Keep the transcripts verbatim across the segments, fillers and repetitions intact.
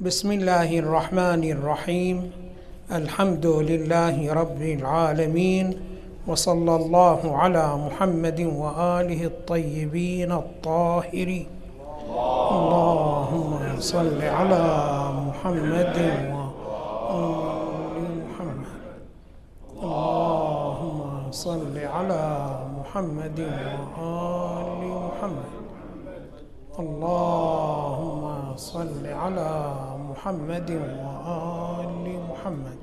بسم الله الرحمن الرحيم. الحمد لله رب العالمين، وصلى الله على محمد وآله الطيبين الطاهرين. اللهم صل على محمد وآل محمد. اللهم صل على محمد وآل محمد. اللهم صل على محمد وآل محمد.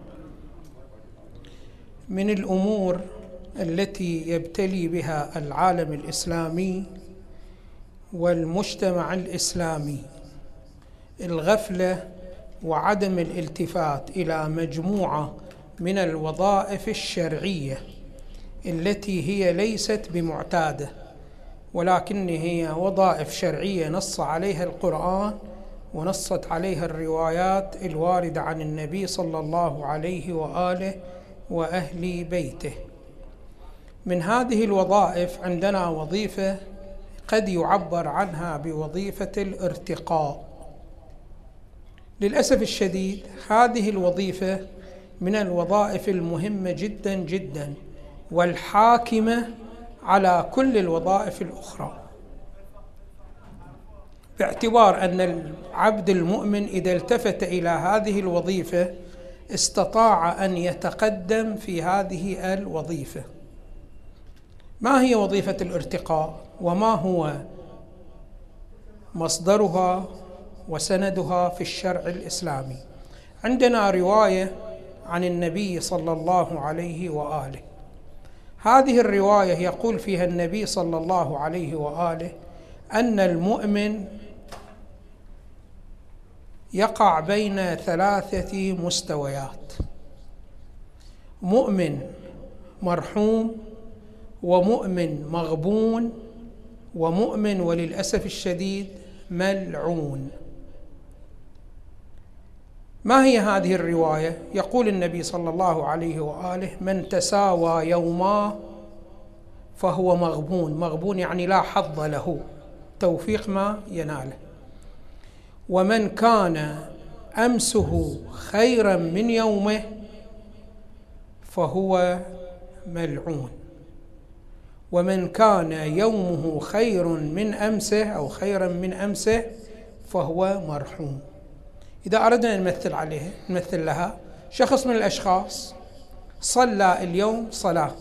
من الأمور التي يبتلي بها العالم الإسلامي والمجتمع الإسلامي الغفلة وعدم الالتفات إلى مجموعة من الوظائف الشرعية التي هي ليست بمعتادة، ولكن هي وظائف شرعية نص عليها القرآن ونصت عليها الروايات الواردة عن النبي صلى الله عليه وآله وأهل بيته. من هذه الوظائف عندنا وظيفة قد يعبر عنها بوظيفة الارتقاء. للأسف الشديد هذه الوظيفة من الوظائف المهمة جدا جدا والحاكمة على كل الوظائف الأخرى، باعتبار أن العبد المؤمن إذا التفت إلى هذه الوظيفة استطاع أن يتقدم في هذه الوظيفة. ما هي وظيفة الارتقاء؟ وما هو مصدرها وسندها في الشرع الإسلامي؟ عندنا رواية عن النبي صلى الله عليه وآله. هذه الرواية يقول فيها النبي صلى الله عليه وآله أن المؤمن يقع بين ثلاثة مستويات: مؤمن مرحوم، ومؤمن مغبون، ومؤمن وللأسف الشديد ملعون. ما هي هذه الرواية؟ يقول النبي صلى الله عليه وآله: من تساوى يوما فهو مغبون. مغبون يعني لا حظ له، توفيق ما يناله. ومن كان أمسه خيرا من يومه فهو ملعون. ومن كان يومه خير من أمسه أو خيرا من أمسه فهو مرحوم. إذا أردنا أن نمثل عليها نمثل لها شخص من الأشخاص صلى اليوم صلاة،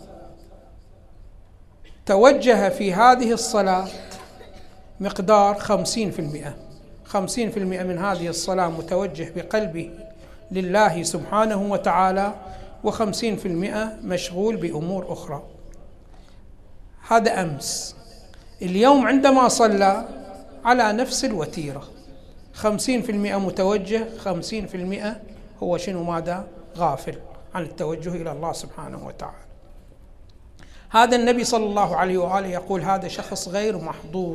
توجه في هذه الصلاة مقدار خمسين في المئة خمسين في المئة من هذه الصلاة متوجه بقلبه لله سبحانه وتعالى، وخمسين في المئة مشغول بأمور أخرى. هذا أمس. اليوم عندما صلى على نفس الوتيرة، خمسين في المئة متوجه، خمسين في المئة هو شنو ماذا؟ غافل عن التوجه إلى الله سبحانه وتعالى. هذا النبي صلى الله عليه وآله يقول هذا شخص غير محظوظ.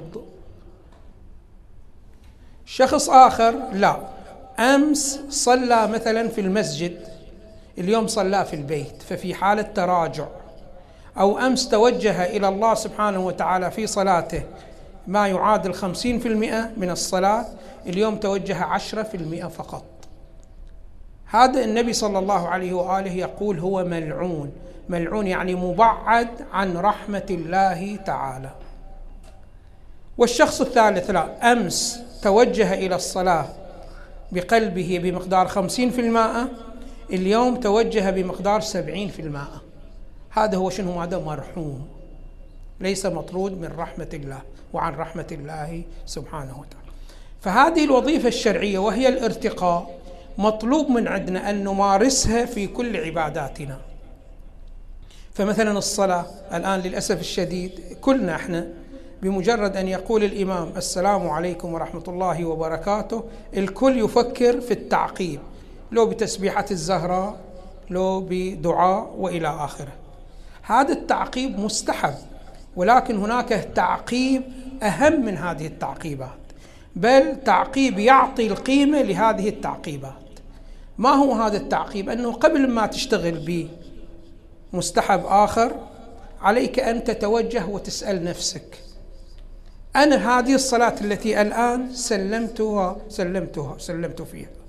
شخص آخر لا، أمس صلى مثلا في المسجد، اليوم صلى في البيت، ففي حالة تراجع. أو أمس توجه إلى الله سبحانه وتعالى في صلاته ما يعادل خمسين في المئة من الصلاة، اليوم توجه عشرة في المئة فقط. هذا النبي صلى الله عليه وآله يقول هو ملعون. ملعون يعني مبعد عن رحمة الله تعالى. والشخص الثالث لا، أمس توجه إلى الصلاة بقلبه بمقدار خمسين في المئة، اليوم توجه بمقدار سبعين في المئة. هذا هو شنو؟ هذا مرحوم، ليس مطرود من رحمة الله وعن رحمة الله سبحانه وتعالى. فهذه الوظيفة الشرعية وهي الارتقاء مطلوب من عندنا أن نمارسها في كل عباداتنا. فمثلا الصلاة الآن للأسف الشديد كلنا احنا بمجرد أن يقول الإمام السلام عليكم ورحمة الله وبركاته الكل يفكر في التعقيب، لو بتسبيحة الزهراء، لو بدعاء وإلى آخره. هذا التعقيب مستحب، ولكن هناك تعقيب أهم من هذه التعقيبات، بل تعقيب يعطي القيمة لهذه التعقيبات. ما هو هذا التعقيب؟ أنه قبل ما تشتغل بمستحب آخر عليك أن تتوجه وتسأل نفسك: أنا هذه الصلاة التي الآن سلمتها سلمتها سلمت فيها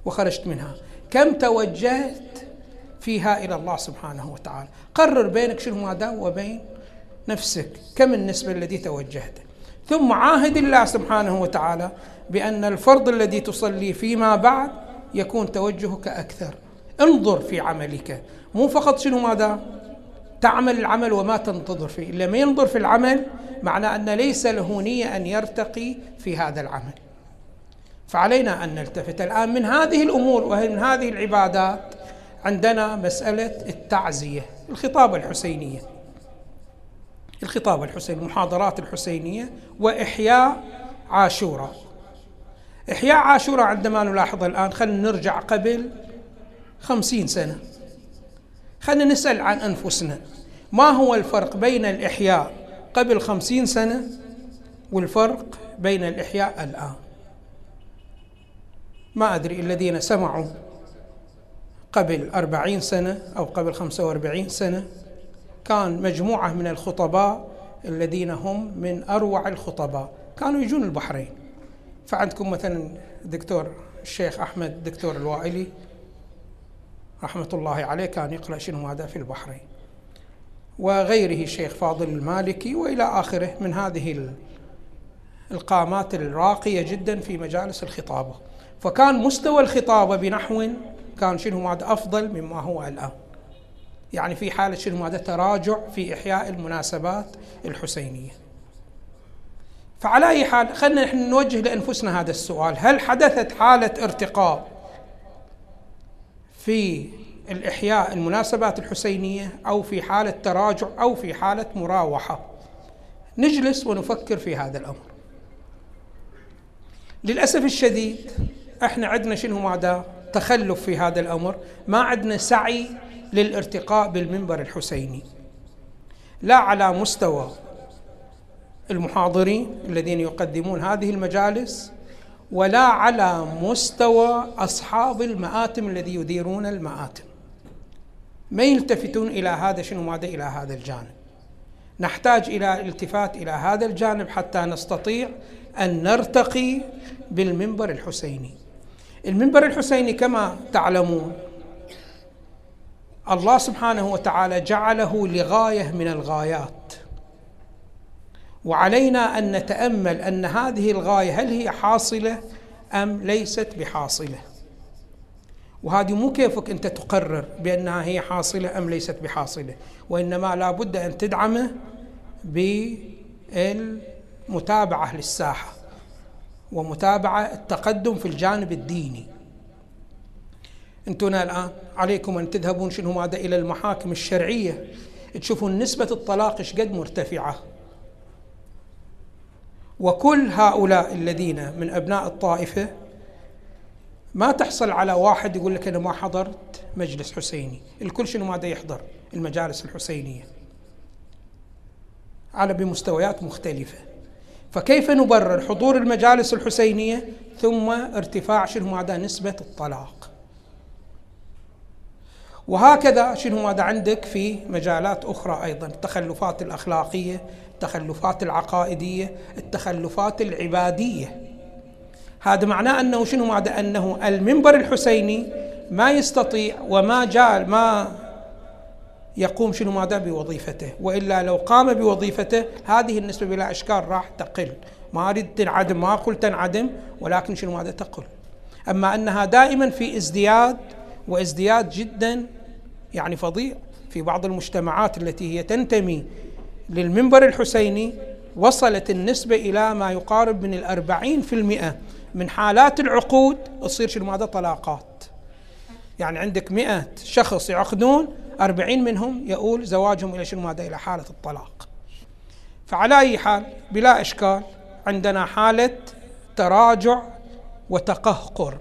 وخرجت منها، كم توجهت فيها إلى الله سبحانه وتعالى. قرر بينك شنو ماذا وبين نفسك كم النسبة التي توجهت، ثم عاهد الله سبحانه وتعالى بأن الفرض الذي تصلي فيما بعد يكون توجهك أكثر. انظر في عملك، مو فقط شنو ماذا تعمل العمل وما تنتظر فيه. لما ينظر في العمل معناه أن ليس له نية أن يرتقي في هذا العمل. فعلينا أن نلتفت الآن من هذه الأمور ومن هذه العبادات. عندنا مسألة التعزية، الخطابة الحسينية، الخطابة الحسينية، المحاضرات الحسينية، وإحياء عاشوراء. إحياء عاشوراء عندما نلاحظ الآن، خلينا نرجع قبل خمسين سنة، خلينا نسأل عن أنفسنا، ما هو الفرق بين الإحياء قبل خمسين سنة والفرق بين الإحياء الآن؟ ما أدري الذين سمعوا قبل أربعين سنة أو قبل خمسة وأربعين سنة كان مجموعة من الخطباء الذين هم من أروع الخطباء كانوا يجون البحرين. فعندكم مثلا الدكتور الشيخ أحمد الدكتور الوائلي رحمة الله عليه كان يقرأ شنو هذا في البحرين، وغيره الشيخ فاضل المالكي وإلى آخره من هذه القامات الراقية جدا في مجالس الخطابة. فكان مستوى الخطابة بنحو كان شنو هذا أفضل مما هو الآن، يعني في حالة شنو هذا تراجع في إحياء المناسبات الحسينية. فعلى أي حال خلينا نحن نوجه لأنفسنا هذا السؤال: هل حدثت حالة ارتقاء في الإحياء المناسبات الحسينية، أو في حالة تراجع، أو في حالة مراوحة؟ نجلس ونفكر في هذا الأمر. للأسف الشديد احنا عندنا شنو ماذا تخلف في هذا الأمر، ما عندنا سعي للارتقاء بالمنبر الحسيني، لا على مستوى المحاضرين الذين يقدمون هذه المجالس، ولا على مستوى أصحاب المآتم الذي يديرون المآتم. ما يلتفتون إلى هذا شنو ماذا إلى هذا الجانب. نحتاج إلى الالتفات إلى هذا الجانب حتى نستطيع أن نرتقي بالمنبر الحسيني. المنبر الحسيني كما تعلمون الله سبحانه وتعالى جعله لغاية من الغايات، وعلينا أن نتأمل أن هذه الغاية هل هي حاصلة أم ليست بحاصلة. وهذه مو كيفك أنت تقرر بأنها هي حاصلة أم ليست بحاصلة، وإنما لا بد أن تدعمه بالمتابعة للساحة ومتابعة التقدم في الجانب الديني. أنتم الآن عليكم أن تذهبون شنو ماذا إلى المحاكم الشرعية، تشوفون نسبة الطلاق إيش قد مرتفعة، وكل هؤلاء الذين من أبناء الطائفة ما تحصل على واحد يقول لك أنا ما حضرت مجلس حسيني، الكل شنو ماذا يحضر المجالس الحسينية على بمستويات مختلفة. فكيف نبرر حضور المجالس الحسينية ثم ارتفاع شنو ماذا نسبة الطلاق؟ وهكذا شنو ماذا عندك في مجالات أخرى أيضا، التخلفات الأخلاقية، التخلفات العقائدية، التخلفات العبادية. هذا معناه أنه شنو ماذا أنه المنبر الحسيني ما يستطيع وما جال ما يقوم شنو ماذا بوظيفته، وإلا لو قام بوظيفته هذه النسبة بلا إشكال راح تقل. ما أريد تنعدم، ما أقول تنعدم، ولكن شنو ماذا تقل. أما أنها دائما في ازدياد، وازدياد جدا يعني فظيع. في بعض المجتمعات التي هي تنتمي للمنبر الحسيني وصلت النسبة إلى ما يقارب من الأربعين في المئة من حالات العقود تصير شنو ماذا طلاقات. يعني عندك مئة شخص يعقدون، أربعين منهم يؤول زواجهم إلى شنو ماذا إلى حالة الطلاق. فعلى أي حال بلا إشكال عندنا حالة تراجع وتقهقر.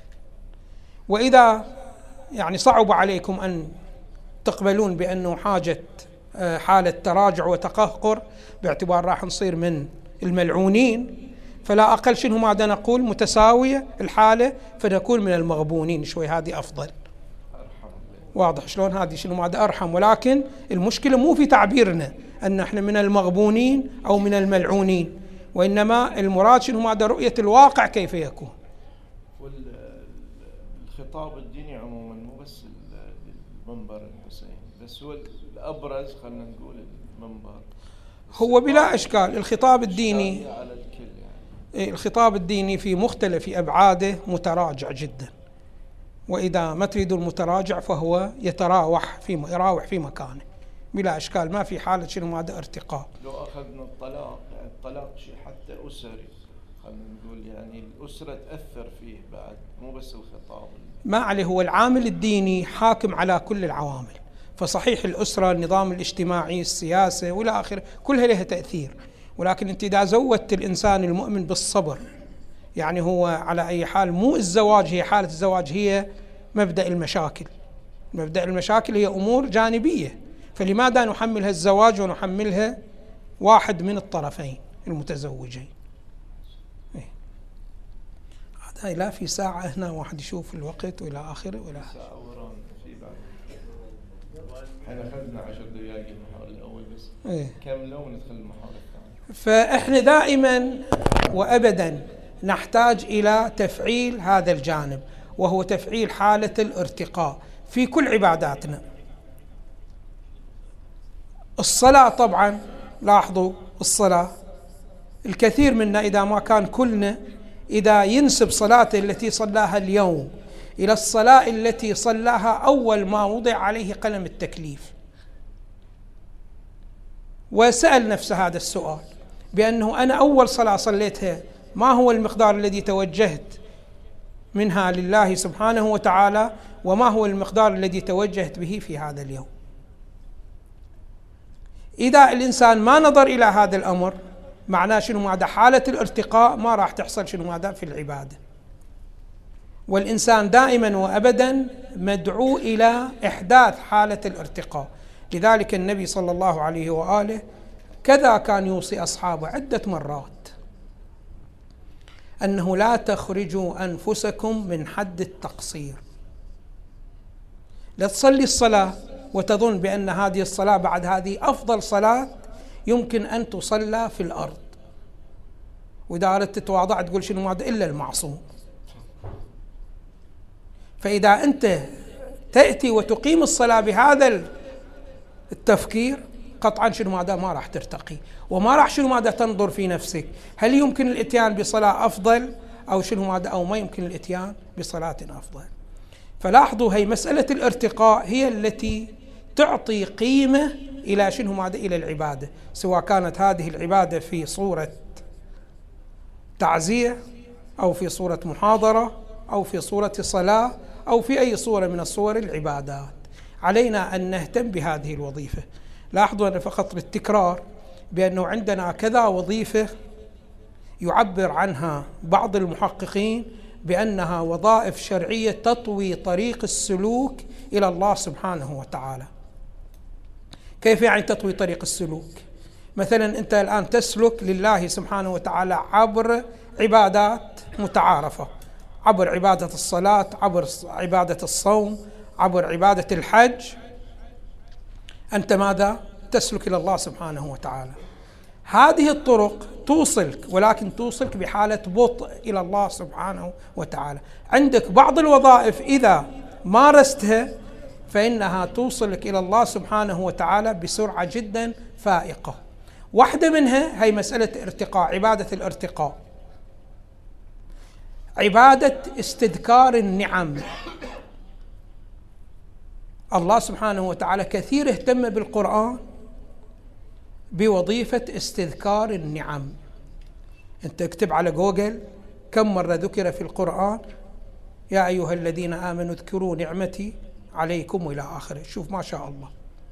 وإذا يعني صعب عليكم أن تقبلون بأنه حاجة حالة تراجع وتقهقر باعتبار راح نصير من الملعونين، فلا أقل شنو ماذا نقول متساوية الحالة، فنكون من المغبونين شوي، هذه أفضل. واضح شلون هذه شنو ماذا أرحم. ولكن المشكلة مو في تعبيرنا أن احنا من المغبونين أو من الملعونين، وإنما المراد شنو ماذا رؤية الواقع كيف يكون. الخطاب الديني عموما مو بس المنبر الحسين، بس هو الأبرز خلنا نقول المنبر. هو بلا إشكال الخطاب الديني على الكل يعني. الخطاب الديني في مختلف أبعاده متراجع جدا، وإذا ما تريد المتراجع فهو يتراوح في يراوح في مكانه بلا إشكال، ما في حالة شنو هذا ارتقاء. لو أخذنا الطلاق، يعني الطلاق شيء حتى أسري، خلينا نقول يعني الأسرة تأثر فيه بعد، مو بس الخطاب. ما عليه، هو العامل الديني حاكم على كل العوامل، فصحيح الأسرة، النظام الاجتماعي، السياسة والى آخره كلها لها تأثير، ولكن أنت إذا زودت الإنسان المؤمن بالصبر، يعني هو على أي حال مو الزواج هي حالة الزواج، هي مبدأ المشاكل. مبدأ المشاكل هي أمور جانبية، فلماذا نحملها الزواج ونحملها واحد من الطرفين المتزوجين؟ إيه. هذا لا في ساعة هنا واحد يشوف الوقت وإلى آخره ولا ساعة وران في بعد. احنا أخذنا عشر دقائق المحاور الأول بس. إيه. كملوا وندخل المحاور الثانية. فإحنا دائما وأبدا نحتاج إلى تفعيل هذا الجانب، وهو تفعيل حالة الارتقاء في كل عباداتنا. الصلاة طبعا، لاحظوا الصلاة الكثير منا إذا ما كان كلنا، إذا ينسب صلاته التي صلاها اليوم إلى الصلاة التي صلاها أول ما وضع عليه قلم التكليف، وسأل نفسه هذا السؤال بأنه أنا أول صلاة صليتها ما هو المقدار الذي توجهت منها لله سبحانه وتعالى، وما هو المقدار الذي توجهت به في هذا اليوم. إذا الإنسان ما نظر إلى هذا الأمر، معناه شنو هذا؟ حالة الارتقاء ما راح تحصل شنو هذا في العبادة. والإنسان دائما وأبدا مدعو إلى إحداث حالة الارتقاء. لذلك النبي صلى الله عليه وآله كذا كان يوصي أصحابه عدة مرات أنه لا تخرجوا أنفسكم من حد التقصير. لا تصلي الصلاة وتظن بأن هذه الصلاة بعد هذه أفضل صلاة يمكن أن تصلى في الأرض، وإذا أردت تتواضع تقول شنو ماذا إلا المعصوم. فإذا أنت تأتي وتقيم الصلاة بهذا التفكير، قطعا شنو ماذا ما راح ترتقي، وما راح شنو ماذا تنظر في نفسك هل يمكن الاتيان بصلاة أفضل أو شنو ماذا أو ما يمكن الاتيان بصلاة أفضل. فلاحظوا هي مسألة الارتقاء هي التي تعطي قيمة إلى شنو ماذا إلى العبادة، سواء كانت هذه العبادة في صورة تعزية أو في صورة محاضرة أو في صورة صلاة أو في أي صورة من الصور العبادات. علينا أن نهتم بهذه الوظيفة. لاحظوا أن فقط للتكرار بأنه عندنا كذا وظيفة يعبر عنها بعض المحققين بأنها وظائف شرعية تطوي طريق السلوك إلى الله سبحانه وتعالى. كيف يعني تطوي طريق السلوك؟ مثلا أنت الآن تسلك لله سبحانه وتعالى عبر عبادات متعارفة، عبر عبادة الصلاة، عبر عبادة الصوم، عبر عبادة الحج. أنت ماذا؟ تسلك إلى الله سبحانه وتعالى. هذه الطرق توصلك، ولكن توصلك بحالة بطء إلى الله سبحانه وتعالى. عندك بعض الوظائف إذا مارستها فإنها توصلك إلى الله سبحانه وتعالى بسرعة جدا فائقة. واحدة منها هي مسألة ارتقاء، عبادة الارتقاء، عبادة استذكار النعم. الله سبحانه وتعالى كثير اهتم بالقرآن بوظيفة استذكار النعم. انت اكتب على جوجل كم مرة ذكر في القرآن يا أيها الذين آمنوا اذكروا نعمتي عليكم وإلى آخره، شوف ما شاء الله.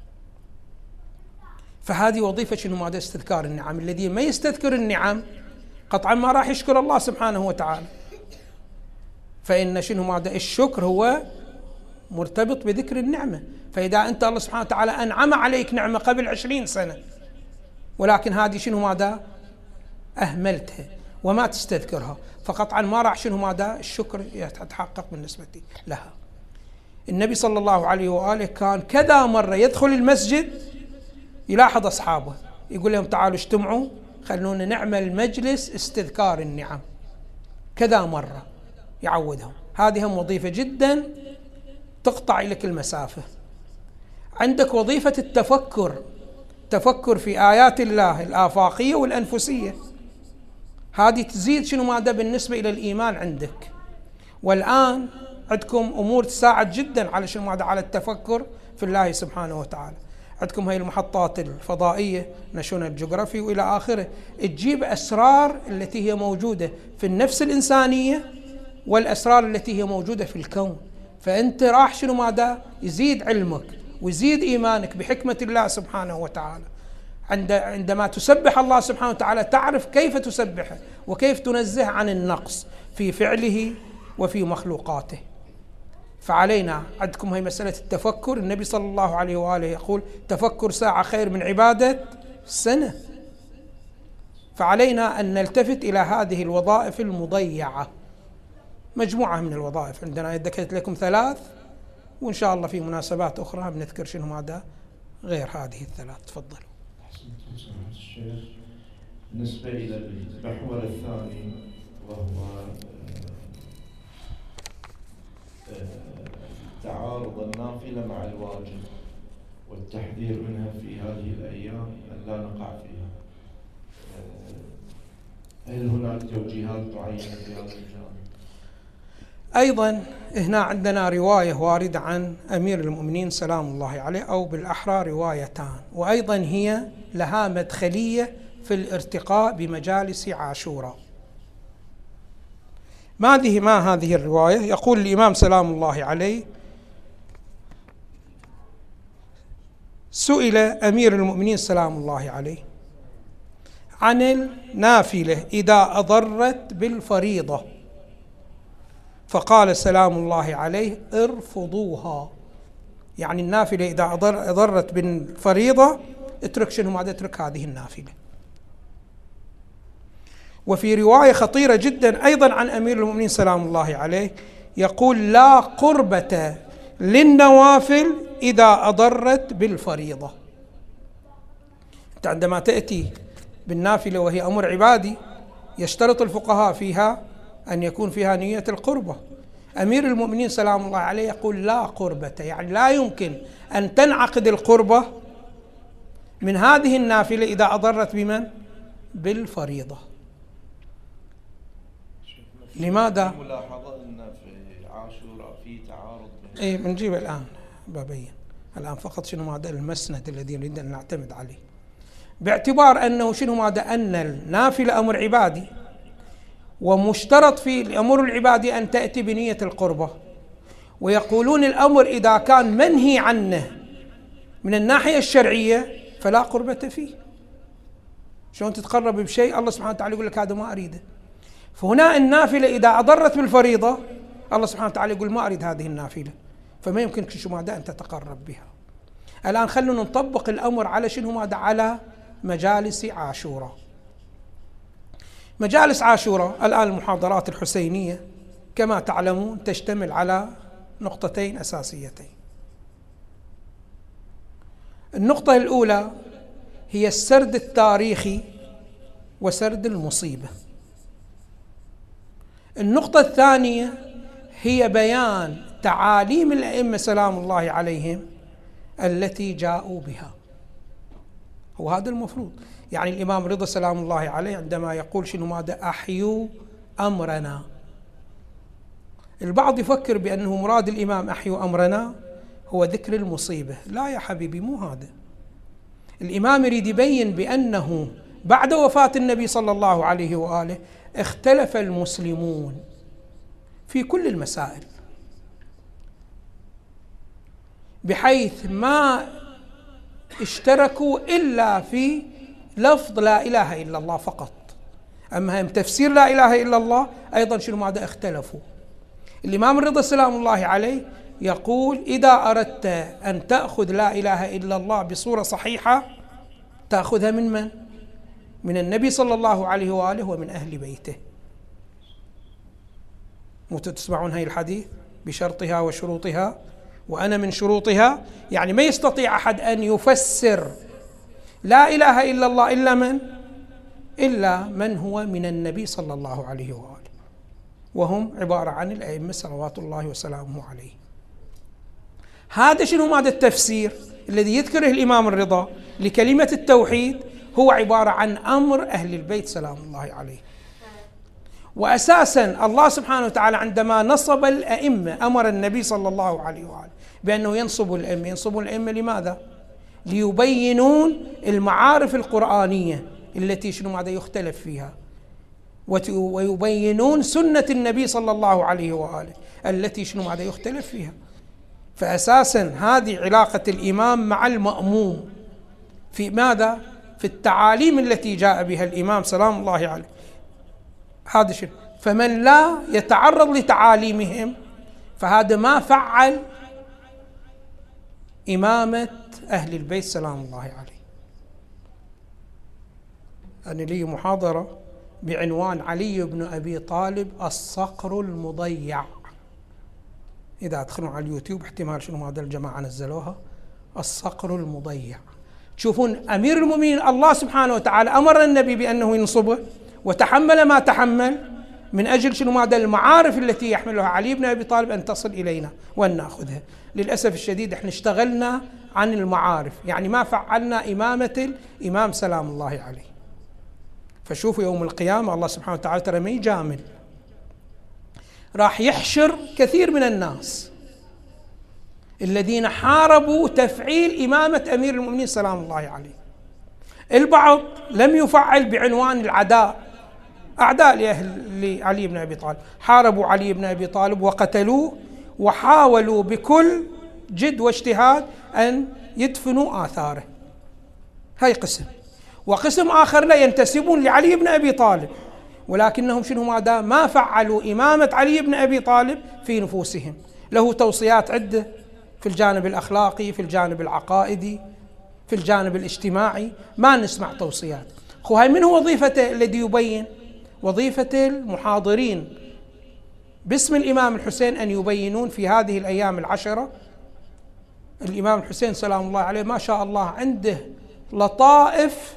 فهذه وظيفة شنو ماذا؟ استذكار النعم. الذي ما يستذكر النعم قطعا ما راح يشكر الله سبحانه وتعالى، فإن شنو ماذا؟ الشكر هو مرتبط بذكر النعمة. فإذا أنت الله سبحانه وتعالى أنعم عليك نعمة قبل عشرين سنة، ولكن هذه شنو ماذا؟ أهملتها وما تستذكرها، فقطعا ما راح شنو ماذا؟ الشكر يتحقق بالنسبة لها. النبي صلى الله عليه وآله كان كذا مرة يدخل المسجد يلاحظ أصحابه يقول لهم تعالوا اجتمعوا خلونا نعمل مجلس استذكار النعم. كذا مرة يعودهم. هذه هم وظيفة جدا تقطع لك المسافة. عندك وظيفة التفكر، تفكر في آيات الله الآفاقية والأنفسية، هذه تزيد شنو ماذا بالنسبة إلى الإيمان عندك. والآن عندكم أمور تساعد جدا على شنو ماذا على التفكر في الله سبحانه وتعالى. عندكم هاي المحطات الفضائية ناشونال جيوغرافي وإلى آخره، تجيب أسرار التي هي موجودة في النفس الإنسانية والأسرار التي هي موجودة في الكون. فأنت راح شنو ماذا يزيد علمك ويزيد إيمانك بحكمة الله سبحانه وتعالى. عند عندما تسبح الله سبحانه وتعالى تعرف كيف تسبحه وكيف تنزه عن النقص في فعله وفي مخلوقاته. فعلينا، عندكم هي مسألة التفكر، النبي صلى الله عليه وآله يقول تفكر ساعة خير من عبادة سنة. فعلينا أن نلتفت إلى هذه الوظائف المضيعة، مجموعة من الوظائف عندنا ذكرت لكم ثلاث، وإن شاء الله في مناسبات أخرى بنذكر شنو هذا غير هذه الثلاث. تفضلوا. الشيخ، بالنسبة إلى المحور الثاني وهو تعارض النافلة مع الواجب والتحذير منها في هذه الأيام أن لا نقع فيها، هل هناك توجيهات معينة في هذا الجانب؟ أيضا هنا عندنا رواية واردة عن أمير المؤمنين سلام الله عليه، أو بالأحرى روايتان، وأيضا هي لها مدخلية في الارتقاء بمجالس عاشوراء. ما هذه ما هذه الرواية؟ يقول الإمام سلام الله عليه: سئل أمير المؤمنين سلام الله عليه عن النافلة إذا أضرت بالفريضة، فقال سلام الله عليه: ارفضوها. يعني النافلة إذا أضرت بالفريضة اترك شنو ما اترك هذه النافلة. وفي رواية خطيرة جدا أيضا عن أمير المؤمنين سلام الله عليه يقول: لا قربة للنوافل إذا أضرت بالفريضة. أنت عندما تأتي بالنافلة وهي أمر عبادي يشترط الفقهاء فيها أن يكون فيها نية القربة. أمير المؤمنين سلام الله عليه يقول: لا قربة، يعني لا يمكن أن تنعقد القربة من هذه النافلة إذا أضرت بمن؟ بالفريضة. لماذا؟ ملاحظة أن في عاشوراء في تعارض. إيه بنجيب الآن ببين الآن فقط شنو ماذا المسند الذي نريد أن نعتمد عليه، باعتبار أنه شنو ماذا أن النافلة أمر عبادي، ومشترط في الأمور العبادي أن تأتي بنية القربة، ويقولون الأمر إذا كان منهي عنه من الناحية الشرعية فلا قربة فيه. شلون تتقرب بشيء الله سبحانه وتعالى يقول لك هذا ما أريده؟ فهنا النافلة إذا أضرت بالفريضة الله سبحانه وتعالى يقول ما أريد هذه النافلة، فما يمكن شو ماذا أن تتقرب بها. الآن خلونا نطبق الأمر على شنو ماذا؟ على مجالس عاشوراء. مجالس عاشوراء الآن المحاضرات الحسينية كما تعلمون تشتمل على نقطتين أساسيتين. النقطة الأولى هي السرد التاريخي وسرد المصيبة. النقطة الثانية هي بيان تعاليم الأئمة سلام الله عليهم التي جاءوا بها. وهذا المفروض، يعني الإمام رضا سلام الله عليه عندما يقول شنو ماذا؟ أحيوا أمرنا. البعض يفكر بأنه مراد الإمام أحيوا أمرنا هو ذكر المصيبة. لا يا حبيبي، مو هذا. الإمام يريد يبين بأنه بعد وفاة النبي صلى الله عليه وآله اختلف المسلمون في كل المسائل، بحيث ما اشتركوا إلا في لفظ لا إله إلا الله فقط. أما هم تفسير لا إله إلا الله أيضا شنو ماذا؟ اختلفوا. الإمام الرضا سلام الله عليه يقول: إذا أردت أن تأخذ لا إله إلا الله بصورة صحيحة تأخذها من من؟ من النبي صلى الله عليه وآله ومن أهل بيته. وتسمعون هاي الحديث بشرطها وشروطها وأنا من شروطها. يعني ما يستطيع أحد أن يفسر لا إله إلا الله إلا من؟ إلا من هو من النبي صلى الله عليه وآله. وهم عبارة عن الأئمة صلوات الله وسلامه عليه. هذا شنو هذا التفسير الذي يذكره الإمام الرضا لكلمة التوحيد؟ هو عبارة عن أمر أهل البيت سلام الله عليه. وأساسا الله سبحانه وتعالى عندما نصب الأئمة أمر النبي صلى الله عليه وآله بأنه ينصب الأئمة. ينصبون الأئمة لماذا؟ ليبينون المعارف القرآنية التي شنو ماذا يختلف فيها، ويبينون سنة النبي صلى الله عليه وآله التي شنو ماذا يختلف فيها. فأساسا هذه علاقة الإمام مع المأموم في ماذا؟ في التعاليم التي جاء بها الإمام سلام الله عليه. هذا شيء. فمن لا يتعرض لتعاليمهم فهذا ما فعل إمامة أهل البيت سلام الله عليه. أنا لي محاضرة بعنوان علي بن أبي طالب الصقر المضيع. إذا تدخلون على اليوتيوب احتمال شنو هذا الجماعة نزلوها، الصقر المضيع. تشوفون أمير المؤمنين الله سبحانه وتعالى أمر النبي بأنه ينصبه وتحمل ما تحمل من أجل شنو ماذا المعارف التي يحملها علي بن أبي طالب أن تصل إلينا وأن نأخذها. للأسف الشديد احنا اشتغلنا عن المعارف، يعني ما فعلنا إمامة الإمام سلام الله عليه. فشوفوا يوم القيامة الله سبحانه وتعالى ترى ما يجامل، راح يحشر كثير من الناس الذين حاربوا تفعيل إمامة أمير المؤمنين سلام الله عليه. البعض لم يفعل بعنوان العداء، أعداء لأهل لعلي بن أبي طالب، حاربوا علي بن أبي طالب وقتلوه وحاولوا بكل جد واجتهاد أن يدفنوا آثاره. هاي قسم. وقسم آخر لا ينتسبون لعلي بن أبي طالب ولكنهم شنو ماذا؟ ما فعلوا إمامة علي بن أبي طالب في نفوسهم. له توصيات عدة في الجانب الأخلاقي، في الجانب العقائدي، في الجانب الاجتماعي، ما نسمع توصيات. خو هاي من هو وظيفته الذي يبين؟ وظيفة المحاضرين باسم الإمام الحسين أن يبينون في هذه الأيام العشرة. الإمام الحسين سلام الله عليه ما شاء الله عنده لطائف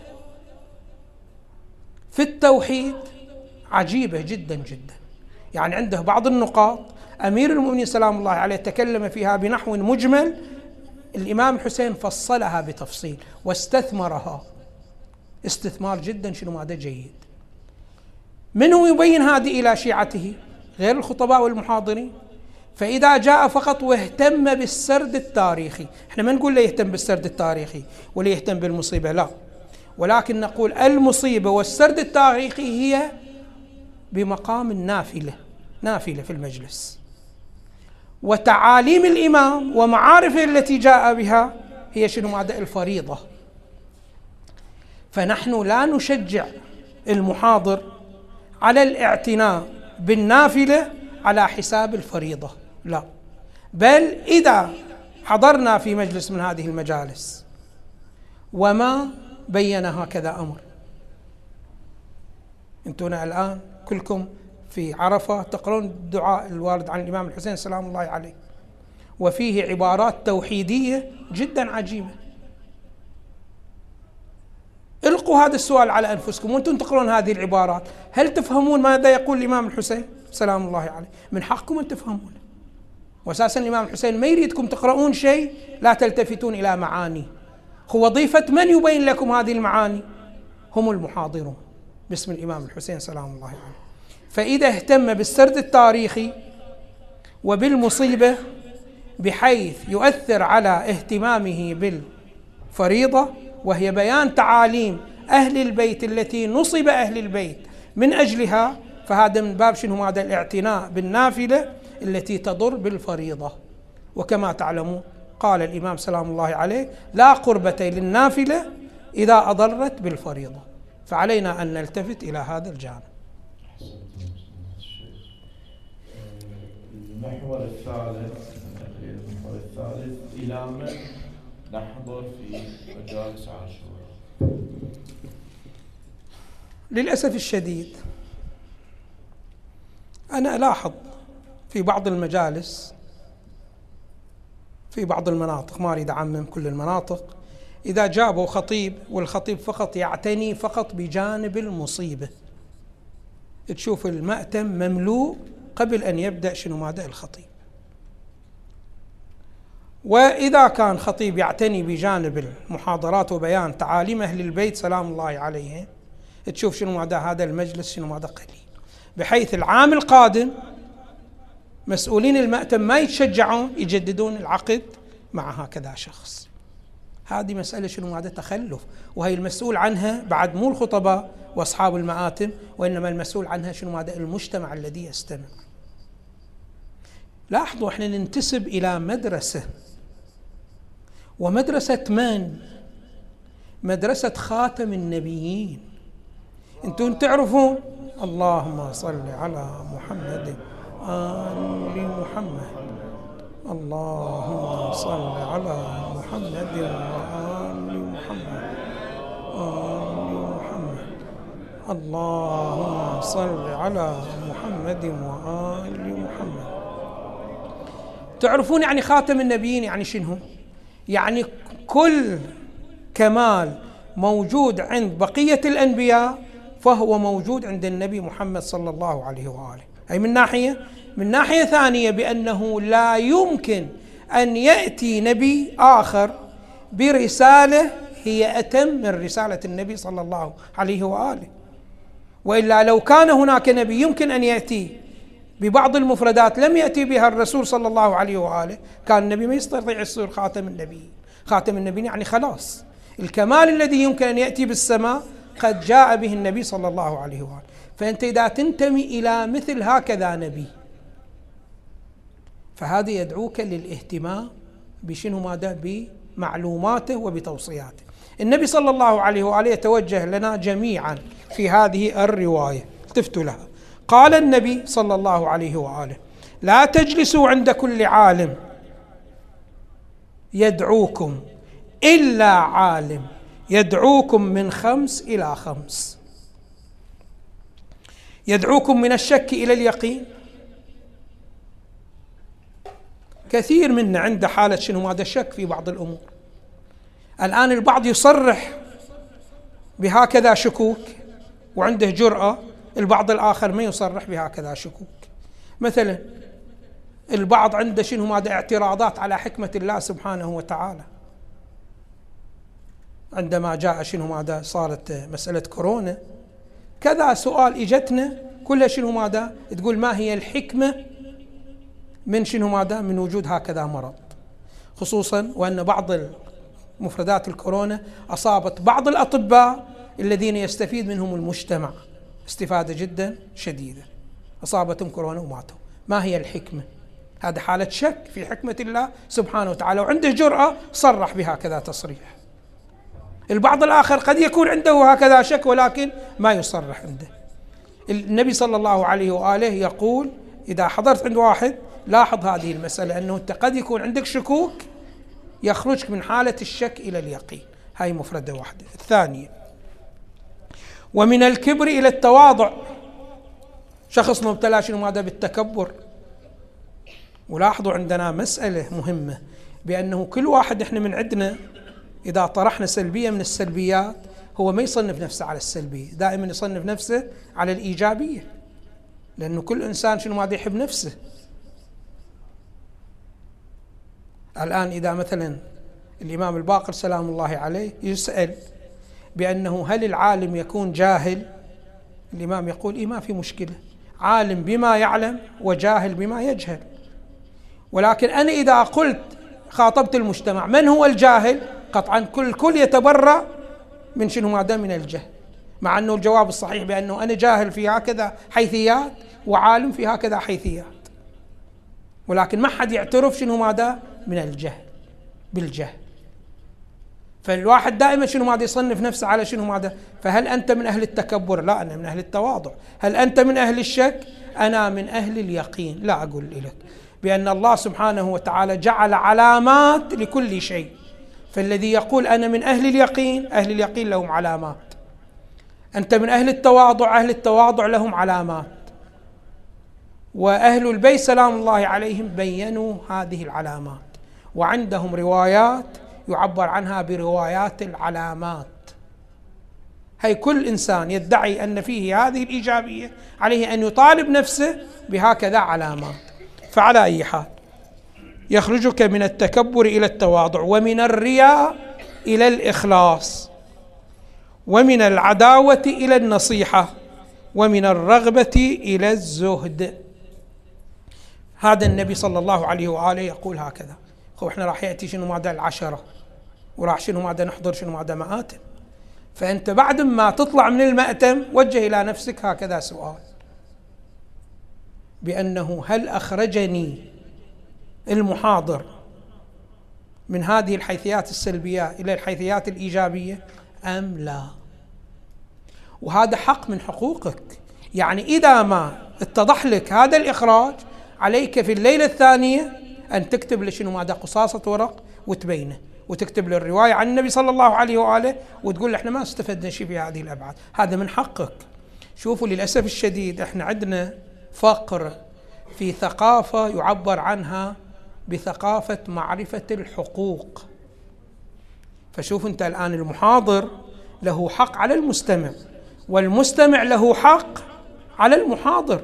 في التوحيد عجيبة جدا جدا. يعني عنده بعض النقاط أمير المؤمنين سلام الله عليه تكلم فيها بنحو مجمل، الإمام الحسين فصلها بتفصيل واستثمرها استثمار جدا شنو ماذا جيد. من هو يبين هذه إلى شيعته غير الخطباء والمحاضرين؟ فإذا جاء فقط واهتم بالسرد التاريخي، احنا ما نقول لا يهتم بالسرد التاريخي ولا يهتم بالمصيبة، لا، ولكن نقول المصيبة والسرد التاريخي هي بمقام النافلة، نافلة في المجلس، وتعاليم الإمام ومعارفه التي جاء بها هي شنو ماذا؟ الفريضة. فنحن لا نشجع المحاضر على الاعتناء بالنافلة على حساب الفريضة، لا، بل إذا حضرنا في مجلس من هذه المجالس وما بين هكذا أمر، أنتم الآن كلكم في عرفة تقرون الدعاء الوارد عن الإمام الحسين سلام الله عليه، وفيه عبارات توحيدية جدا عجيبة. القوا هذا السؤال على أنفسكم وأنتم تقرون هذه العبارات، هل تفهمون ماذا يقول الإمام الحسين سلام الله عليه؟ من حقكم أن تفهمون. وأساسا الإمام الحسين ما يريدكم تقرؤون شيء لا تلتفتون إلى معاني. هو وظيفة من يبين لكم هذه المعاني؟ هم المحاضرون باسم الإمام الحسين سلام الله عليه. فإذا اهتم بالسرد التاريخي وبالمصيبة بحيث يؤثر على اهتمامه بالفريضة وهي بيان تعاليم أهل البيت التي نصب أهل البيت من أجلها، فهذا من باب شنو هذا؟ الاعتناء بالنافلة التي تضر بالفريضة. وكما تعلمون قال الإمام سلام الله عليه: لا قربة للنافلة إذا أضرت بالفريضة. فعلينا أن نلتفت إلى هذا الجانب. المحور الثالث المحور الثالث إلى من نحضر في مجالس عاشوراء؟ للأسف الشديد أنا ألاحظ في بعض المجالس في بعض المناطق، ما أريد أعمم كل المناطق، إذا جابوا خطيب والخطيب فقط يعتني فقط بجانب المصيبة، تشوف المأتم مملوء قبل أن يبدأ شنو ماذا الخطيب. وإذا كان خطيب يعتني بجانب المحاضرات وبيان تعاليم أهل البيت سلام الله عليهم، تشوف شنو ماذا هذا المجلس شنو ماذا قليل، بحيث العام القادم مسؤولين المأتم ما يتشجعون يجددون العقد مع هكذا شخص. هذه مسألة شنو هذا تخلف، وهي المسؤول عنها بعد مو الخطباء وأصحاب المآتم، وإنما المسؤول عنها شنو هذا المجتمع الذي يستمع. لاحظوا احنا ننتسب إلى مدرسة، ومدرسة من؟ مدرسة خاتم النبيين. انتم تعرفون اللهم صل على محمد آل محمد، اللهم صل على محمد وآل محمد، آل محمد، اللهم صل على محمد وآل محمد. تعرفون يعني خاتم النبيين يعني شنو؟ يعني كل كمال موجود عند بقية الأنبياء فهو موجود عند النبي محمد صلى الله عليه وآله. أي من ناحية، من ناحية ثانية بأنه لا يمكن أن يأتي نبي آخر برسالة هي أتم من رسالة النبي صلى الله عليه وآله. وإلا لو كان هناك نبي يمكن أن يأتي ببعض المفردات لم يأتي بها الرسول صلى الله عليه وآله، كان النبي ما يستطيع يصير خاتم النبي. خاتم النبي يعني خلاص الكمال الذي يمكن أن يأتي بالسماء قد جاء به النبي صلى الله عليه وآله. فأنت إذا تنتمي إلى مثل هكذا نبي فهذا يدعوك للاهتمام بشنو ماذا؟ بمعلوماته وبتوصياته. النبي صلى الله عليه وآله يتوجه لنا جميعا في هذه الرواية، التفتوا لها. قال النبي صلى الله عليه وآله: لا تجلسوا عند كل عالم يدعوكم إلا عالم يدعوكم من خمس إلى خمس. يدعوكم من الشك إلى اليقين. كثير منا عنده حالة شنو هذا الشك في بعض الأمور. الآن البعض يصرح بهكذا شكوك وعنده جرأة، البعض الآخر ما يصرح بهكذا شكوك. مثلا البعض عنده شنو ماذا اعتراضات على حكمة الله سبحانه وتعالى. عندما جاء شنو ماذا صارت مسألة كورونا كذا سؤال اجتنا كلها شنو ماذا تقول ما هي الحكمة من شنو ماذا من وجود هكذا مرض، خصوصا وأن بعض مفردات الكورونا أصابت بعض الأطباء الذين يستفيد منهم المجتمع استفادة جدا شديدة، أصابتهم كورونا وماتوا. ما هي الحكمة؟ هذا حالة شك في حكمة الله سبحانه وتعالى، وعنده جرأة صرح بهكذا تصريح. البعض الآخر قد يكون عنده هكذا شك ولكن ما يصرح عنده. النبي صلى الله عليه وآله يقول إذا حضرت عند واحد لاحظ هذه المسألة، أنه أنت قد يكون عندك شكوك يخرجك من حالة الشك إلى اليقين. هاي مفردة واحدة. الثانية: ومن الكبر إلى التواضع. شخص مبتلى شنو ماذا بالتكبر. ولاحظوا عندنا مسألة مهمة، بأنه كل واحد إحنا من عندنا إذا طرحنا سلبية من السلبيات هو ما يصنف نفسه على السلبية، دائما يصنف نفسه على الإيجابية، لأنه كل إنسان شنو ماذا يحب نفسه. الآن إذا مثلا الإمام الباقر سلام الله عليه يسأل بأنه هل العالم يكون جاهل؟ الإمام يقول إيه ما في مشكلة، عالم بما يعلم وجاهل بما يجهل. ولكن أنا إذا قلت خاطبت المجتمع من هو الجاهل، قطعا كل كل يتبرأ من شنو ماذا من الجهل، مع أنه الجواب الصحيح بأنه أنا جاهل في هكذا حيثيات وعالم في هكذا حيثيات، ولكن ما حد يعترف شنو ماذا من الجهل بالجهل. فالواحد دائما شنو ماذا يصنف نفسه على شنو ماذا. فهل أنت من أهل التكبر؟ لا، أنا من أهل التواضع. هل أنت من أهل الشك؟ أنا من أهل اليقين. لا أقول لك بأن الله سبحانه وتعالى جعل علامات لكل شيء، فالذي يقول أنا من أهل اليقين، أهل اليقين لهم علامات. أنت من أهل التواضع، أهل التواضع لهم علامات. وأهل البيت سلام الله عليهم بينوا هذه العلامات، وعندهم روايات يعبر عنها بروايات العلامات. هي كل إنسان يدعي أن فيه هذه الإيجابية عليه أن يطالب نفسه بهكذا علامات. فعلى أي حال يخرجك من التكبر إلى التواضع، ومن الرياء إلى الإخلاص، ومن العداوة إلى النصيحة، ومن الرغبة إلى الزهد. هذا النبي صلى الله عليه وآله يقول هكذا. هو احنا راح يأتي شنو ماذا العشرة، وراح شنو ماذا نحضر شنو ماذا مآتم. فأنت بعد ما تطلع من المأتم وجه إلى نفسك هكذا سؤال، بأنه هل أخرجني المحاضر من هذه الحيثيات السلبية إلى الحيثيات الإيجابية أم لا؟ وهذا حق من حقوقك. يعني إذا ما اتضح لك هذا الإخراج عليك في الليلة الثانية أن تكتب لشنو ماذا قصاصة ورق وتبينه، وتكتب له الرواية عن النبي صلى الله عليه وآله، وتقول له احنا ما استفدنا شيء في هذه الأبعاد. هذا من حقك. شوفوا للأسف الشديد احنا عندنا فقر في ثقافة يعبر عنها بثقافة معرفة الحقوق. فشوف انت الآن المحاضر له حق على المستمع، والمستمع له حق على المحاضر.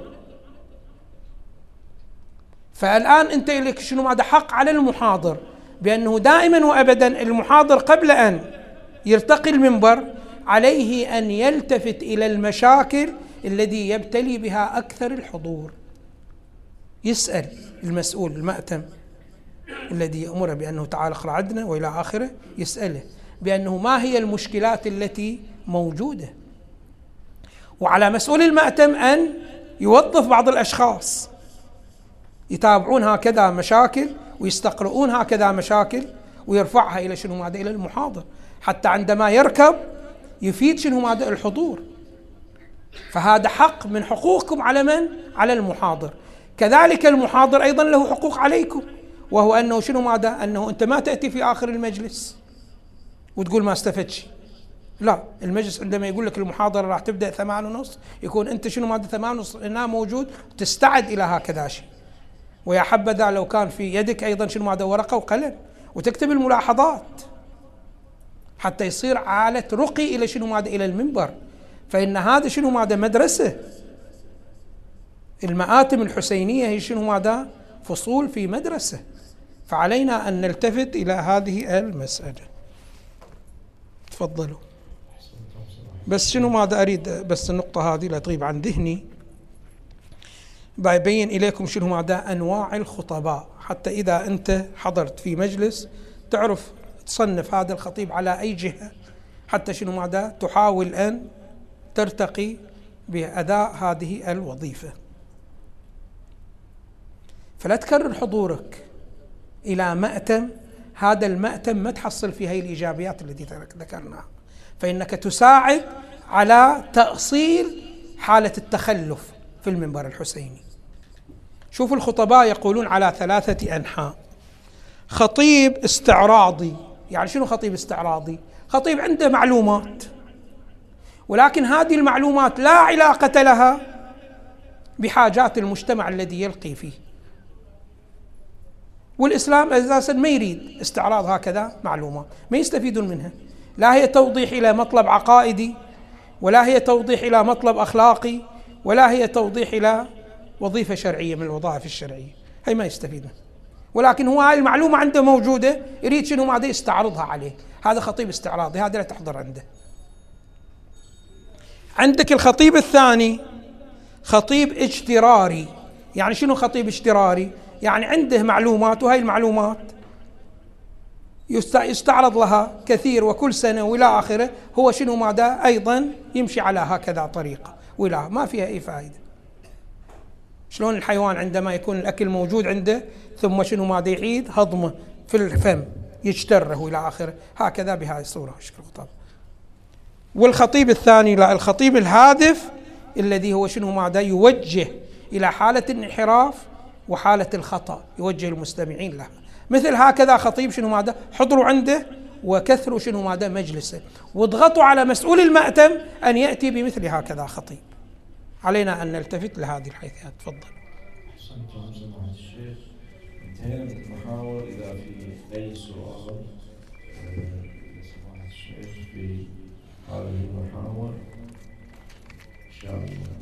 فالآن انت لك شنو ماذا حق على المحاضر، بأنه دائما وأبدا المحاضر قبل أن يرتقي المنبر عليه أن يلتفت إلى المشاكل الذي يبتلي بها أكثر الحضور. يسأل المسؤول المأتم الذي يأمر بأنه تعال اقرأ عندنا وإلى آخره، يسأله بأنه ما هي المشكلات التي موجودة، وعلى مسؤول المأتم أن يوظف بعض الأشخاص يتابعون هكذا مشاكل ويستقرؤون هكذا مشاكل ويرفعها إلى شنو ماذا إلى المحاضر، حتى عندما يركب يفيد شنو ماذا الحضور. فهذا حق من حقوقكم على من؟ على المحاضر. كذلك المحاضر أيضا له حقوق عليكم، وهو أنه شنو ماذا؟ أنه أنت ما تأتي في آخر المجلس وتقول ما استفدت شيء. لا، المجلس عندما يقول لك المحاضرة راح تبدأ ثمان ونص، يكون أنت شنو ماذا ثمان ونص هنا موجود، تستعد إلى هكذا شيء. ويا حبذا لو كان في يدك أيضا شنو ماذا ورقة وقلم وتكتب الملاحظات، حتى يصير عالة رقي إلى شنو ماذا إلى المنبر. فإن هذا شنو ماذا مدرسة. المآتم الحسينية هي شنو ماذا فصول في مدرسة. فعلينا أن نلتفت إلى هذه المسألة. تفضلوا. بس شنو ماذا أريد بس النقطة هذه لا تغيب عن ذهني، بيبين إليكم شنو ماذا أنواع الخطباء، حتى إذا أنت حضرت في مجلس تعرف تصنف هذا الخطيب على أي جهة، حتى شنو ماذا تحاول أن ترتقي بأداء هذه الوظيفة. فلا تكرر حضورك إلى مأتم هذا المأتم ما تحصل فيه هي الإيجابيات التي ذكرناها، فإنك تساعد على تأصيل حالة التخلف في المنبر الحسيني. شوفوا الخطباء يقولون على ثلاثة أنحاء. خطيب استعراضي، يعني شنو خطيب استعراضي؟ خطيب عنده معلومات، ولكن هذه المعلومات لا علاقة لها بحاجات المجتمع الذي يلقي فيه، والإسلام أساسا ما يريد استعراض هكذا معلومات، ما يستفيدون منها. لا هي توضيح إلى مطلب عقائدي، ولا هي توضيح إلى مطلب أخلاقي، ولا هي توضيح إلى وظيفة شرعية من الوظائف الشرعية، هي ما يستفيد منها. ولكن هو هاي المعلومة عنده موجودة، يريد شنو ماذا يستعرضها عليه. هذا خطيب استعراضي، هذا لا تحضر عنده. عندك الخطيب الثاني خطيب اجتراري. يعني شنو خطيب اجتراري؟ يعني عنده معلومات، وهي المعلومات يستعرض لها كثير وكل سنة وإلى آخره، هو شنو ماذا أيضا يمشي على هكذا طريقة، ولا ما فيها أي فائدة. شلون الحيوان عندما يكون الأكل موجود عنده ثم شنو ماذا يعيد هضمه في الفم يجتره إلى آخره، هكذا بهذه الصورة شكل الخطاب. والخطيب الثاني لا، الخطيب الهادف الذي هو شنو ماذا يوجه إلى حالة الانحراف وحالة الخطأ، يوجه المستمعين لها. مثل هكذا خطيب شنو ماذا حضروا عنده وكثروا شنو ماذا مجلسه، واضغطوا على مسؤول المأتم أن يأتي بمثل هكذا خطيب. علينا أن نلتفت لهذه الحيثيات. تفضل. أحسنتم سماحة الشيخ. انتهينا من المحاور. إذا في أي سؤال لسماحة الشيخ في هذه المحاور شاملة.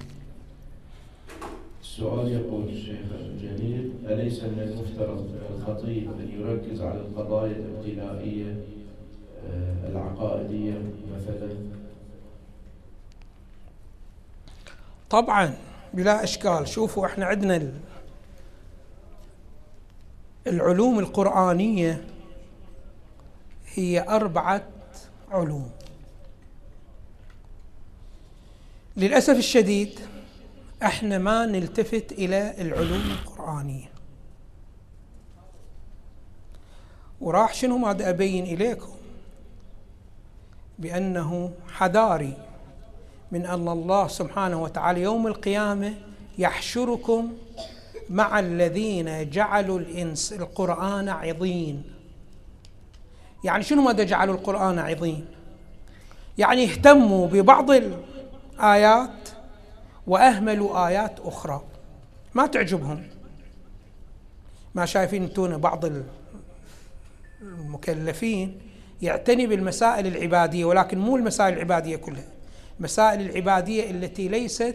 السؤال يقول الشيخ الجليل: أليس من المفترض الخطيب أن يركز على القضايا الابتدائية العقائدية مثلا؟ طبعا بلا إشكال. شوفوا احنا عندنا العلوم القرآنية هي أربعة علوم. للأسف الشديد احنا ما نلتفت إلى العلوم القرآنية، وراح شنو ما أبين إليكم بأنه حذاري من أن الله سبحانه وتعالى يوم القيامة يحشركم مع الذين جعلوا الإنس القرآن عضين. يعني شنو ماذا جعلوا القرآن عضين؟ يعني اهتموا ببعض الآيات وأهملوا آيات أخرى ما تعجبهم. ما شايفين انتون بعض المكلفين يعتني بالمسائل العبادية، ولكن مو المسائل العبادية كلها، المسائل العبادية التي ليست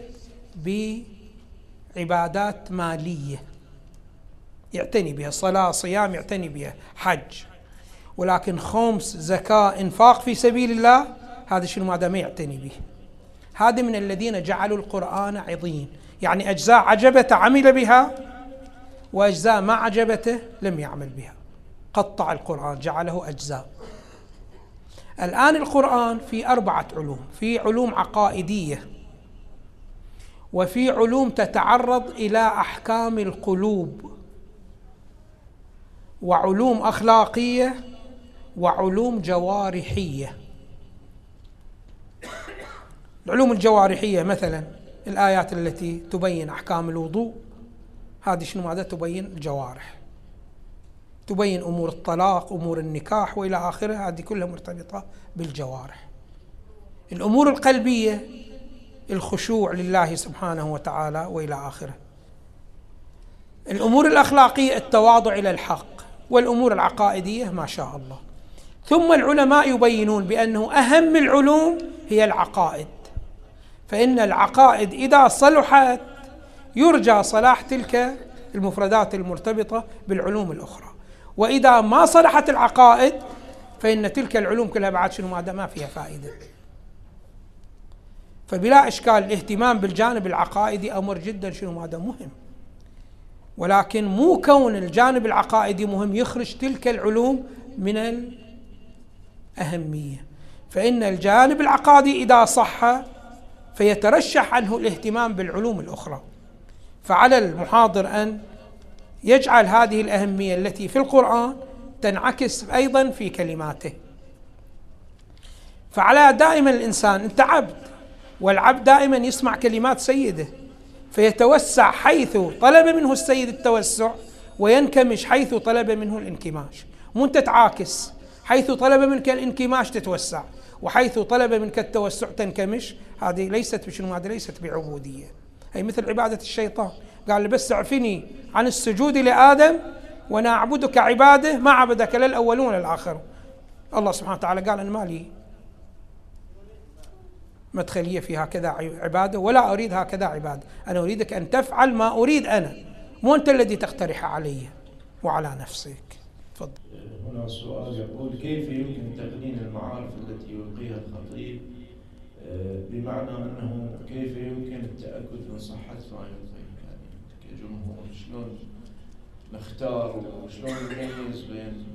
بعبادات مالية يعتني بها، صلاة صيام يعتني بها، حج، ولكن خمس زكاة انفاق في سبيل الله هذا شنو ماذا ما يعتني به. هذا من الذين جعلوا القرآن عضين، يعني أجزاء عجبته عمل بها وأجزاء ما عجبته لم يعمل بها، قطع القرآن جعله أجزاء. الآن القرآن في أربعة علوم، في علوم عقائدية، وفي علوم تتعرض إلى أحكام القلوب، وعلوم أخلاقية، وعلوم جوارحية. العلوم الجوارحية مثلا الآيات التي تبين أحكام الوضوء، هذه شنو ماذا تبين الجوارح، تبين أمور الطلاق، أمور النكاح وإلى آخره، هذه كلها مرتبطة بالجوارح. الأمور القلبية الخشوع لله سبحانه وتعالى وإلى آخره. الأمور الأخلاقية التواضع إلى الحق، والأمور العقائدية ما شاء الله. ثم العلماء يبينون بأنه أهم العلوم هي العقائد، فإن العقائد إذا صلحت يرجى صلاح تلك المفردات المرتبطة بالعلوم الأخرى، وإذا ما صلحت العقائد فإن تلك العلوم كلها بعد شنو ماذا ما فيها فائدة. فبلا إشكال الاهتمام بالجانب العقائدي أمر جدا شنو ماذا مهم، ولكن مو كون الجانب العقائدي مهم يخرج تلك العلوم من الأهمية. فإن الجانب العقائدي إذا صح فيترشح عنه الاهتمام بالعلوم الأخرى. فعلى المحاضر أن يجعل هذه الأهمية التي في القرآن تنعكس أيضا في كلماته. فعلى دائما الإنسان، أنت عبد، والعبد دائما يسمع كلمات سيده فيتوسع حيث طلب منه السيد التوسع، وينكمش حيث طلب منه الانكماش. مو أنت تعاكس، حيث طلب منك الانكماش تتوسع، وحيث طلب منك التوسع تنكمش. هذه ليست بشنو، هذه ليست بعبودية، هي مثل عبادة الشيطان. قال بس اعفني عن السجود لآدم وأنا أعبدك عباده ما عبدك لا الأولون ولا الآخرون. الله سبحانه وتعالى قال أنا مالي مدخلية في هكذا عبادة، ولا أريد هكذا عبادة، أنا أريدك أن تفعل ما أريد أنا، مو أنت الذي تقترح علي وعلى نفسك. تفضل. هنا سؤال يقول: كيف يمكن تقنين المعارف التي يلقيها الخطيب، بمعنى أنه كيف يمكن التأكد من صحة ما يلقيه يعني كجمهور؟ شلون نختار وشلون نميز بين؟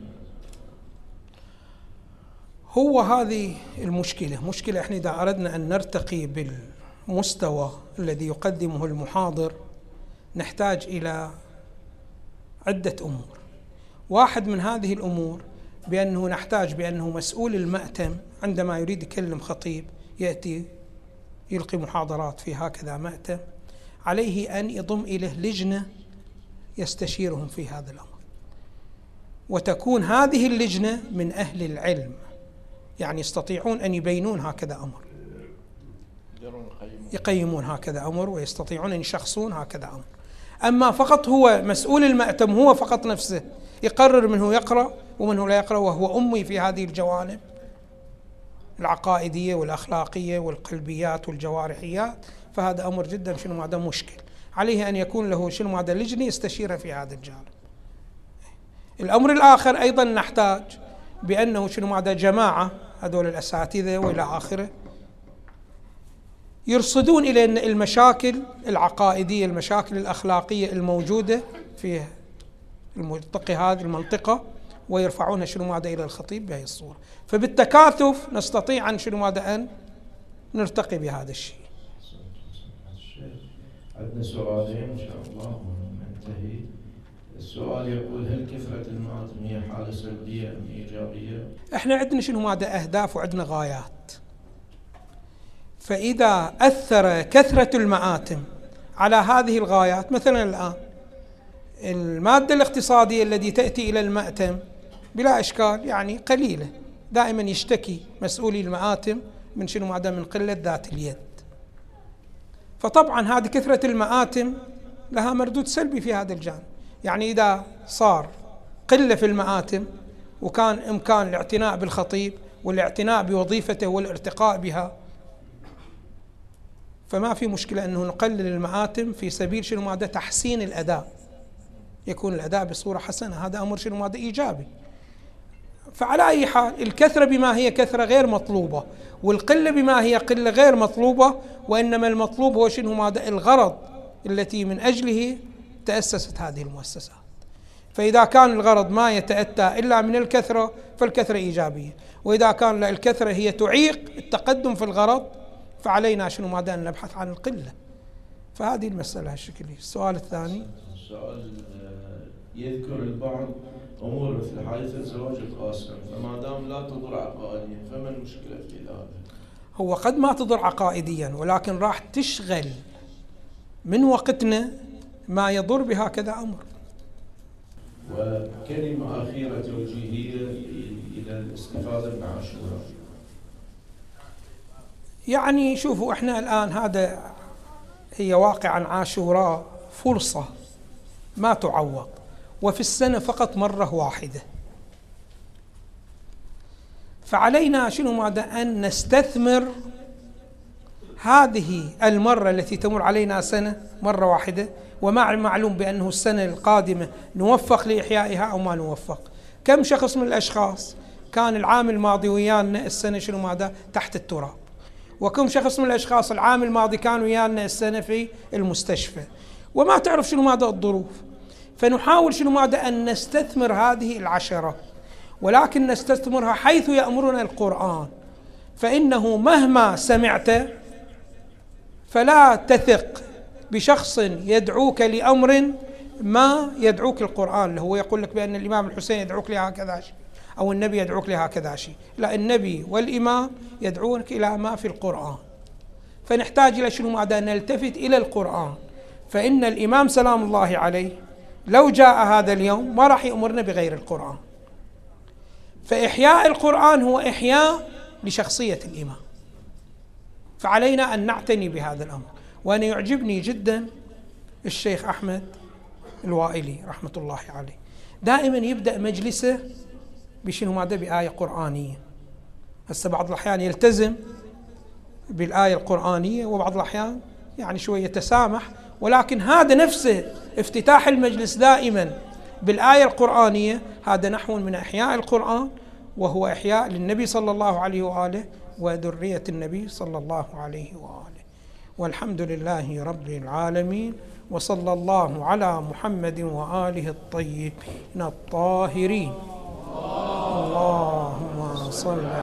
هو هذه المشكلة، مشكلة احنا إذا أردنا أن نرتقي بالمستوى الذي يقدمه المحاضر نحتاج إلى عدة أمور. واحد من هذه الأمور بأنه نحتاج بأنه مسؤول المأتم عندما يريد يكلم خطيب يأتي يلقي محاضرات في هكذا مأتم، عليه أن يضم إليه لجنة يستشيرهم في هذا الأمر، وتكون هذه اللجنة من أهل العلم، يعني يستطيعون أن يبينون هكذا أمر، يقيمون هكذا أمر، ويستطيعون أن يشخصون هكذا أمر. أما فقط هو مسؤول المأتم هو فقط نفسه يقرر منه يقرأ ومنه لا يقرأ، وهو أمي في هذه الجوانب، العقائدية والأخلاقية والقلبيات والجوارحيات، فهذا أمر جدا شنو هذا مشكل، عليه أن يكون له شنو هذا لجنة يستشير في هذا الجانب. الأمر الآخر أيضا نحتاج بأنه شنو هذا جماعة هذول الأساتذة وإلى آخره يرصدون إلى أن المشاكل العقائدية المشاكل الأخلاقية الموجودة في المنطقة هذه المنطقة ويرفعونها شنو هذا إلى الخطيب بهذه الصورة. فبالتكاثف نستطيع أن شنو هذا أن نرتقي بهذا الشيء. عندنا سؤالين إن شاء الله وننتهي. السؤال يقول: هل كثرة المآتم هي حالة سلبية أم إيجابية؟ إحنا عندنا شنو هذا أهداف وعندنا غايات. فإذا أثر كثرة المآتم على هذه الغايات، مثلا الآن المادة الاقتصادية التي تأتي إلى المأتم بلا إشكال يعني قليلة، دائما يشتكي مسؤولي المآتم من شنو هذا من قلة ذات اليد. فطبعا هذه كثرة المآتم لها مردود سلبي في هذا الجانب. يعني إذا صار قلة في المآتم وكان إمكان الاعتناء بالخطيب والاعتناء بوظيفته والارتقاء بها، فما في مشكلة أنه نقلل المآتم في سبيل شنو هذا تحسين الأداء، يكون الأداء بصورة حسنة، هذا أمر شنو هذا إيجابي. فعلى أي حال الكثرة بما هي كثرة غير مطلوبة والقلة بما هي قلة غير مطلوبة، وإنما المطلوب هو شنو هذا الغرض التي من أجله تأسست هذه المؤسسات. فإذا كان الغرض ما يتأتى إلا من الكثرة فالكثرة إيجابية، وإذا كان الكثرة هي تعيق التقدم في الغرض فعلينا شنو ماذا أن نبحث عن القلة. فهذه المسألة هالشكل. السؤال الثاني، السؤال يذكر البعض أمور مثل حادثة الزواج القاسم، فما دام لا تضر عقائديا فما المشكلة في ذلك؟ هو قد ما تضر عقائديا ولكن راح تشغل من وقتنا ما يضر بهكذا أمر. وكلمة أخيرة توجيهية إلى الاستفادة من عاشوراء. يعني شوفوا احنا الآن هذا هي واقعا عاشوراء فرصة ما تعوض، وفي السنة فقط مرة واحدة، فعلينا شنو ماذا أن نستثمر هذه المرة التي تمر علينا سنة مرة واحدة، ومع المعلوم بأنه السنة القادمة نوفق لإحيائها أو ما نوفق. كم شخص من الأشخاص كان العام الماضي ويانا السنة شنو ماذا تحت التراب، وكم شخص من الأشخاص العام الماضي كانوا ويانا السنة في المستشفى، وما تعرف شنو ماذا الظروف. فنحاول شنو ماذا أن نستثمر هذه العشرة، ولكن نستثمرها حيث يأمرنا القرآن. فإنه مهما سمعت فلا تثق بشخص يدعوك لأمر ما يدعوك القرآن له، هو يقول لك بأن الإمام الحسين يدعوك لهكذا شيء أو النبي يدعوك لهكذا شيء، لا، النبي والإمام يدعونك إلى ما في القرآن. فنحتاج إلى شنو ماذا نلتفت إلى القرآن. فإن الإمام سلام الله عليه لو جاء هذا اليوم ما راح يأمرنا بغير القرآن. فإحياء القرآن هو إحياء لشخصية الإمام، فعلينا أن نعتني بهذا الأمر. وأنا يعجبني جدا الشيخ أحمد الوائلي رحمة الله عليه، دائما يبدأ مجلسه بشنو ماذا بآية قرآنية. هسه بعض الأحيان يلتزم بالآية القرآنية وبعض الأحيان يعني شوية يتسامح، ولكن هذا نفسه افتتاح المجلس دائما بالآية القرآنية هذا نحو من إحياء القرآن، وهو إحياء للنبي صلى الله عليه وآله وذرية النبي صلى الله عليه وآله. والحمد لله رب العالمين، وصلى الله على محمد وآله الطيبين الطاهرين. اللهم صل